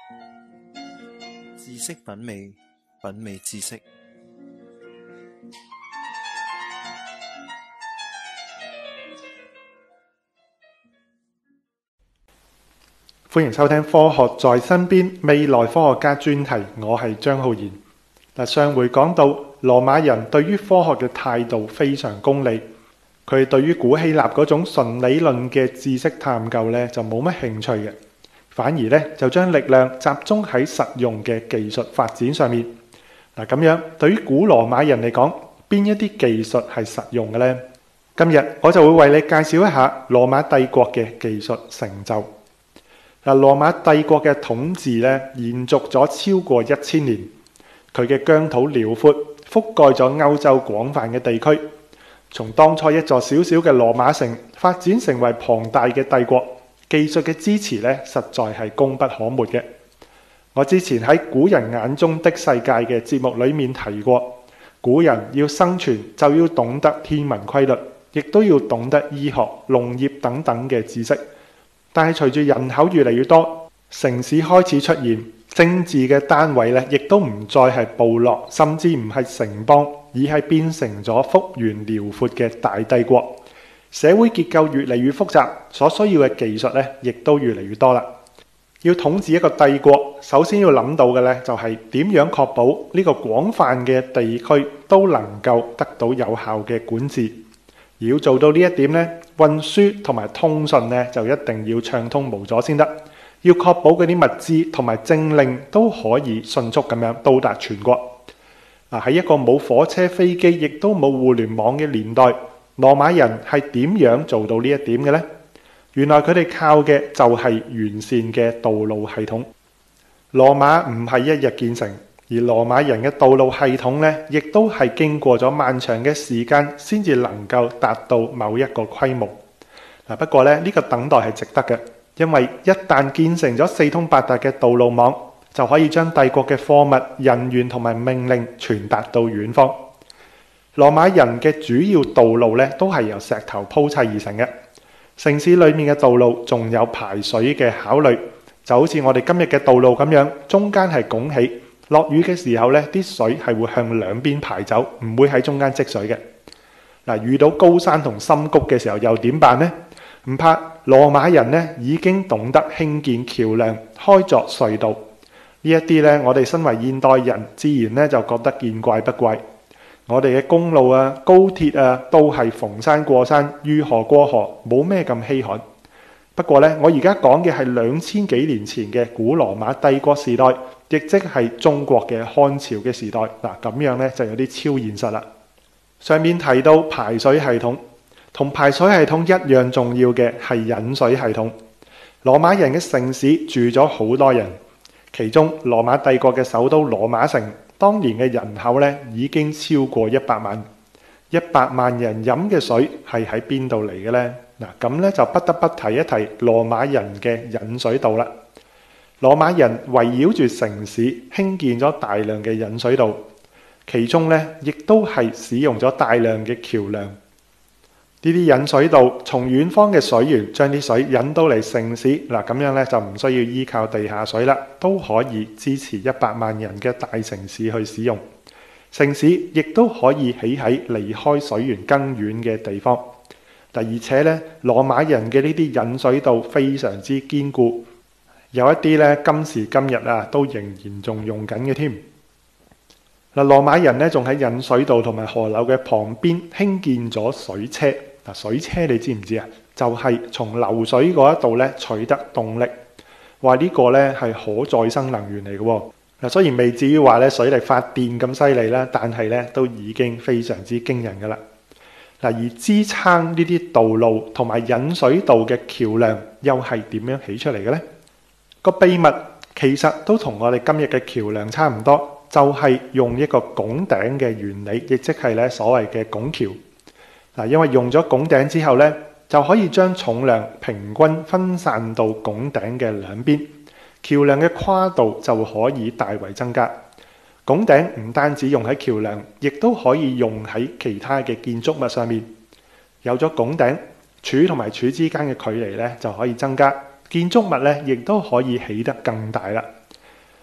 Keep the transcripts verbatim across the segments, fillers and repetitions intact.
知識品味，品味知識。 歡迎收聽科學在身邊未來科學家專題，我係張浩然。嗱，上回講到羅馬人對於科學嘅態度非常功利，佢對於古希臘嗰種純理論嘅知識探究咧就冇乜興趣嘅，反而咧就將力量集中喺實用嘅技術發展上面。嗱，咁樣對於古羅馬人嚟講，邊一啲技術係實用嘅呢？今日我就會為你介紹一下羅馬帝國嘅技術成就。嗱，羅馬帝國嘅統治咧延續咗超過一千年，佢嘅疆土遼闊，覆蓋咗歐洲廣泛嘅地區。從當初一座小小嘅羅馬城發展成為龐大嘅帝國，技術嘅支持咧實在係功不可沒嘅。我之前喺古人眼中的世界嘅節目裏面提過，古人要生存就要懂得天文規律，亦都要懂得醫學、農業等等嘅知識。但係隨住人口越嚟越多，城市開始出現，政治嘅單位咧，亦都唔再係部落，甚至唔係城邦，而係變成咗幅員遼闊嘅大帝國。社會結構越嚟越複雜，所需要嘅技術咧，亦都越嚟越多啦。要統治一個帝國，首先要諗到嘅咧，就係點樣確保呢個廣泛嘅地區都能夠得到有效嘅管治。而要做到呢一點呢，運輸同埋通訊呢就一定要暢通無阻先得。要確保嗰啲物資同埋政令都可以迅速咁樣到達全國。嗱，喺一個冇火車、飛機，亦都冇互聯網嘅年代，羅馬人係點樣做到呢一點嘅呢？原來佢哋靠嘅就係完善嘅道路系統。羅馬唔係一日建成。而羅馬人嘅道路系統咧，亦都係經過咗漫長嘅時間，先至能夠達到某一個規模。嗱，不過咧，呢個等待係值得嘅，因為一旦建成咗四通八達嘅道路網，就可以將帝國嘅貨物、人員同埋命令傳達到遠方。羅馬人嘅主要道路咧，都係由石頭鋪砌而成嘅。城市裡面嘅道路仲有排水嘅考慮，就好似我哋今日嘅道路咁樣，中間係拱起。落雨嘅時候呢，啲水係會向兩邊排走，唔會喺中間積水嘅。嗱，遇到高山同深谷嘅時候又點辦呢？唔怕，羅馬人呢已經懂得興建橋樑、開鑿隧道。呢一啲呢，我哋身為現代人，自然呢就覺得見怪不怪。我哋嘅公路啊、高鐵啊，都係逢山過山、遇河過河，冇咩咁稀罕。不過呢，我而家講嘅係兩千幾年前嘅古羅馬帝國時代，亦即係中國嘅漢朝嘅時代。嗱，咁樣呢就有啲超現實啦。上面提到排水系統，同排水系統一樣重要嘅係引水系統。羅馬人嘅城市住咗好多人，其中羅馬帝國嘅首都羅馬城，當年嘅人口呢已經超過一百萬。一百萬人飲嘅水係喺邊度嚟嘅呢？嗱，咁咧就不得不提一提羅馬人嘅引水道啦。羅馬人圍繞住城市興建咗大量嘅引水道，其中咧亦都係使用咗大量嘅橋梁。呢啲引水道從遠方嘅水源將啲水引到嚟城市，嗱，咁樣咧就唔需要依靠地下水啦，都可以支持一百萬人嘅大城市去使用。城市亦都可以起喺離開水源更遠嘅地方。而且咧，羅馬人嘅呢啲引水道非常之堅固，有一啲咧今時今日啊都仍然仲用緊嘅添。嗱，羅馬人咧仲喺引水道同埋河流嘅旁邊興建咗水車。嗱，水車你知唔知啊？就係從流水嗰一度咧取得動力。話呢個咧係可再生能源嚟嘅喎。嗱，雖然未至於話咧水力發電咁犀利啦，但係咧都已經非常之驚人㗎啦。嗱，而支撐呢啲道路同埋引水道嘅橋樑又係點樣起出嚟嘅呢？個秘密其實都同我哋今日嘅橋樑差唔多，就係用一個拱頂嘅原理，亦即係咧所謂嘅拱橋。嗱，因為用咗拱頂之後咧，就可以將重量平均分散到拱頂嘅兩邊，橋樑嘅跨度就可以大為增加。拱頂唔單止用喺橋樑，亦都可以用喺其他嘅建築物上面。有咗拱頂，柱同埋柱之間嘅距離咧就可以增加，建築物咧亦都可以起得更大啦。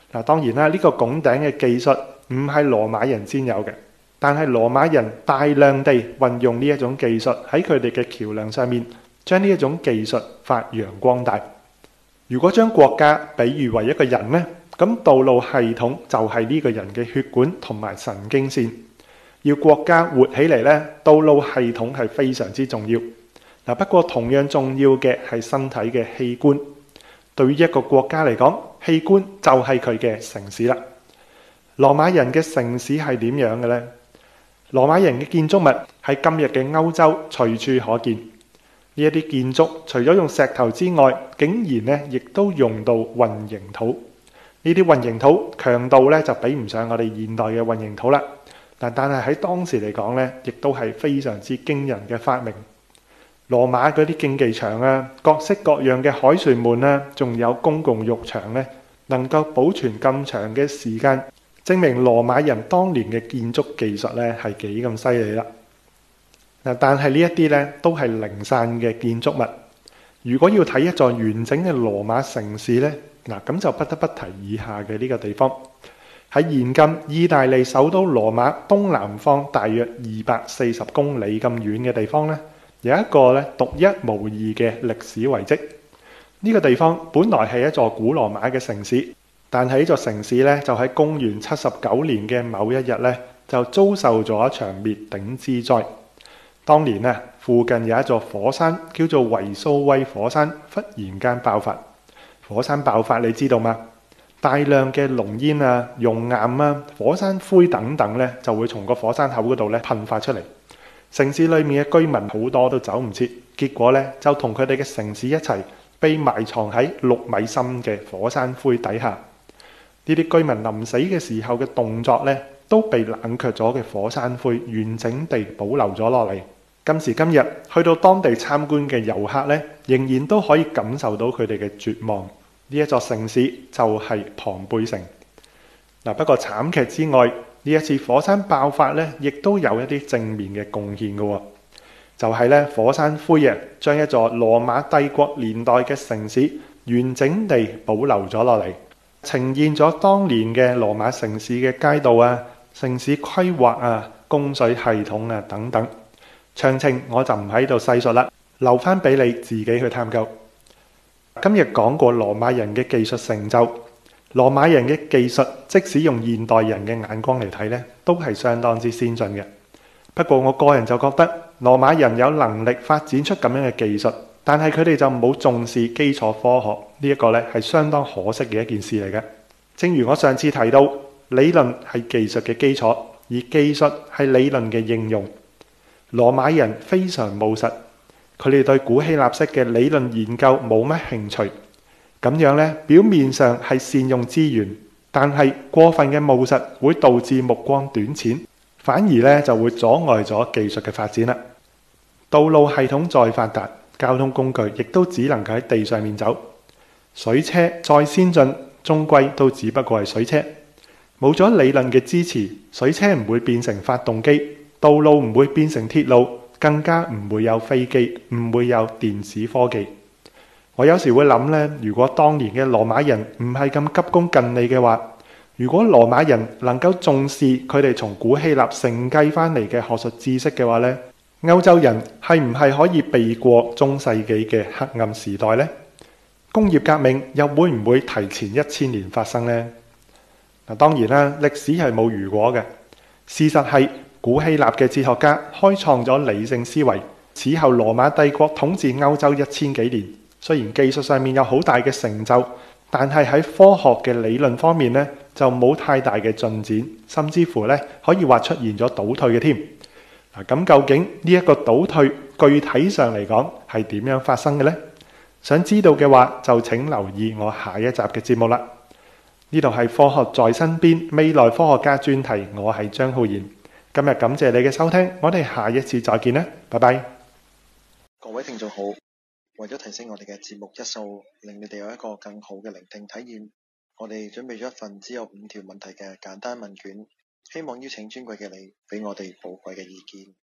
嗱，當然啦，呢個拱頂嘅技術唔係羅馬人先有嘅，但係羅馬人大量地運用呢一種技術喺佢哋嘅橋梁上面，將呢一種技術發揚光大。如果將國家比喻為一個人呢，咁道路系統就係呢個人嘅血管同埋神經線。要國家活起嚟呢，道路系統係非常之重要。嗱，不過同樣重要嘅係身體嘅器官。對於一個國家嚟講，器官就係佢嘅城市啦。羅馬人嘅城市係點樣嘅呢？羅馬人嘅建築物喺今日嘅歐洲隨處可見。呢一啲建築除咗用石頭之外，竟然呢亦都用到混凝土。呢啲混凝土強度呢就比唔上我哋現代嘅混凝土啦。但但係喺當時嚟講呢，亦都係非常之驚人嘅發明。羅馬嗰啲競技場啊，各式各樣嘅凱旋門啊，仲有公共浴場呢，能夠保存咁長嘅時間，證明羅馬人當年嘅建築技術呢係幾咁犀利啦。嗱，但係呢一啲呢都係零散嘅建築物。如果要睇一座完整嘅羅馬城市呢，嗱咁就不得不提以下嘅呢個地方。喺現今意大利首都羅馬東南方大約二百四十公里咁遠嘅地方呢，有一個咧獨一無二嘅歷史遺跡。呢個地方本來係一座古羅馬嘅城市，但係呢座城市咧就喺公元七十九年嘅某一日咧就遭受咗一場滅頂之災。當年啊，附近有一座火山叫做維蘇威火山，忽然間爆發。火山爆發你知道嗎？大量嘅濃煙啊、熔岩啊、火山灰等等咧就會從個火山口嗰度咧噴發出嚟。城市裏面嘅居民好多都走唔切，結果咧就同佢哋嘅城市一齊被埋藏喺六米深嘅火山灰底下。呢啲居民臨死嘅時候嘅動作咧，都被冷卻咗嘅火山灰完整地保留咗落嚟。今時今日去到當地參觀嘅遊客咧，仍然都可以感受到佢哋嘅絕望。呢一座城市就係龐貝城。嗱，不過慘劇之外，呢一次火山爆發咧，亦都有一啲正面嘅貢獻嘅，就係咧火山灰啊，將一座羅馬帝國年代嘅城市完整地保留咗落嚟，呈現咗當年嘅羅馬城市嘅街道啊、城市規劃啊、供水系統啊等等。詳情我就唔喺度細述啦，留翻俾你自己去探究。今日講過羅馬人嘅技術成就，羅馬人嘅技術即使用現代人嘅眼光嚟睇呢，都係相當之先進嘅。不過我個人就覺得羅馬人有能力發展出咁樣嘅技術，但係佢哋就冇重視基礎科學，呢一個呢係相當可惜嘅一件事嚟嘅。正如我上次提到，理論係技術嘅基礎，而技術係理論嘅應用。羅馬人非常務實，佢哋對古希臘式嘅理論研究冇乜興趣。咁樣呢，表面上係善用資源，但係過分嘅務實會導致目光短淺，反而呢就會阻礙咗技術嘅發展啦。道路系統再發達，交通工具亦都只能夠喺地上面走。水車再先進，終歸都只不過係水車。冇咗理論嘅支持，水車唔會變成發動機。道路唔會變成鐵路，更加唔會有飛機，唔會有電子科技。我有時會諗呢，如果當年嘅羅馬人唔係咁急功近利嘅話，如果羅馬人能夠重視佢哋從古希臘承繼翻嚟嘅學術知識嘅話呢，歐洲人係唔係可以避過中世紀嘅黑暗時代呢？工業革命又會唔會提前一千年發生呢？嗱，當然啦，歷史係冇如果嘅，事實係，古希臘嘅哲學家開創咗理性思維，此後羅馬帝國統治歐洲一千幾年，雖然技術上面有好大嘅成就，但係喺科學嘅理論方面呢，就冇太大嘅進展，甚至乎呢可以話出現咗倒退嘅添。嗱，咁究竟呢一個倒退具體上嚟講係點樣發生嘅呢？想知道嘅話，就請留意我下一集嘅節目啦。呢度係科學在身邊未來科學家專題，我係張浩然。今日感謝你嘅收聽，我哋下一次再見啦，拜拜。 各位聽眾好，為咗提升我哋嘅節目質素，令你哋有一個更好嘅聆聽體驗，我哋準備咗一份只有五條問題嘅簡單問卷，希望邀請尊貴嘅你俾我哋寶貴嘅意見。